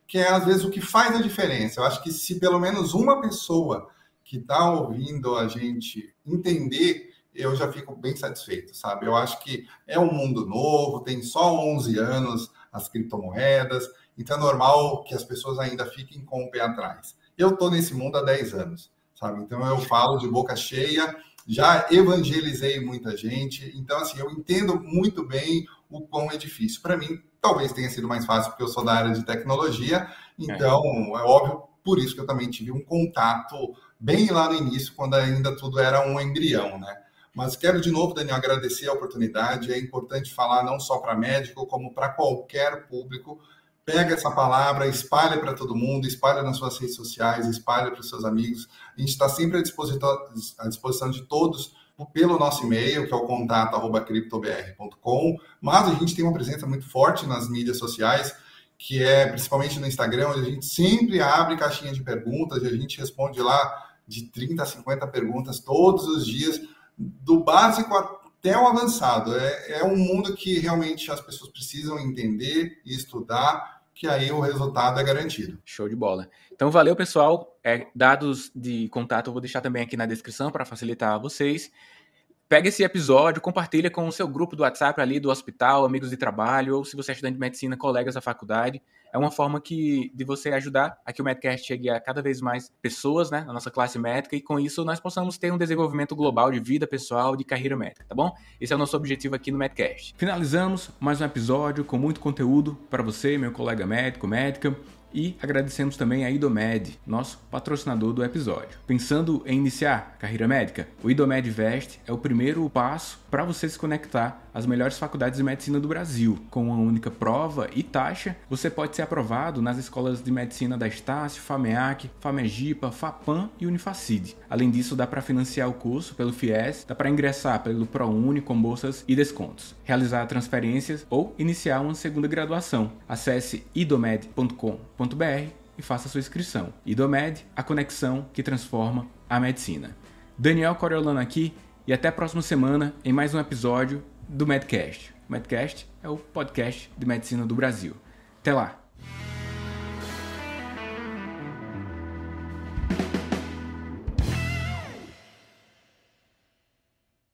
que é, às vezes, o que faz a diferença. Eu acho que se pelo menos uma pessoa que está ouvindo a gente entender, eu já fico bem satisfeito, sabe? Eu acho que é um mundo novo, tem só onze anos as criptomoedas, então é normal que as pessoas ainda fiquem com o pé atrás. Eu estou nesse mundo há dez anos, sabe? Então eu falo de boca cheia, já evangelizei muita gente, então assim, eu entendo muito bem o quão é difícil. Para mim, talvez tenha sido mais fácil porque eu sou da área de tecnologia, então é, é óbvio, por isso que eu também tive um contato bem lá no início, quando ainda tudo era um embrião, né? Mas quero de novo, Daniel, agradecer a oportunidade. É importante falar não só para médico, como para qualquer público. Pega essa palavra, espalha para todo mundo, espalha nas suas redes sociais, espalha para os seus amigos. A gente está sempre à disposição, à disposição de todos pelo nosso e-mail, que é o contato arroba criptobr ponto com, mas a gente tem uma presença muito forte nas mídias sociais, que é principalmente no Instagram, onde a gente sempre abre caixinha de perguntas e a gente responde lá de trinta a cinquenta perguntas todos os dias, do básico até o avançado. É, é um mundo que realmente as pessoas precisam entender e estudar, que aí o resultado é garantido. Show de bola. Então, valeu, pessoal. É, dados de contato eu vou deixar também aqui na descrição para facilitar vocês. Pega esse episódio, compartilha com o seu grupo do WhatsApp ali do hospital, amigos de trabalho, ou se você é estudante de medicina, colegas da faculdade. É uma forma que, de você ajudar a que o Medcast chegue a cada vez mais pessoas, né, na nossa classe médica, e com isso nós possamos ter um desenvolvimento global de vida pessoal, de carreira médica, tá bom? Esse é o nosso objetivo aqui no Medcast. Finalizamos mais um episódio com muito conteúdo para você, meu colega médico, médica. E agradecemos também a IDOMED, nosso patrocinador do episódio. Pensando em iniciar carreira médica? O IDOMED Vest é o primeiro passo para você se conectar às melhores faculdades de medicina do Brasil. Com uma única prova e taxa, você pode ser aprovado nas escolas de medicina da Estácio, FAMEAC, FAMEGIPA, FAPAM e Unifacid. Além disso, dá para financiar o curso pelo FIES, dá para ingressar pelo ProUni com bolsas e descontos, realizar transferências ou iniciar uma segunda graduação. Acesse idomed ponto com ponto br e faça sua inscrição. IDOMED, a conexão que transforma a medicina. Daniel Coriolano aqui e até a próxima semana em mais um episódio do Medcast. O Medcast é o podcast de medicina do Brasil. Até lá!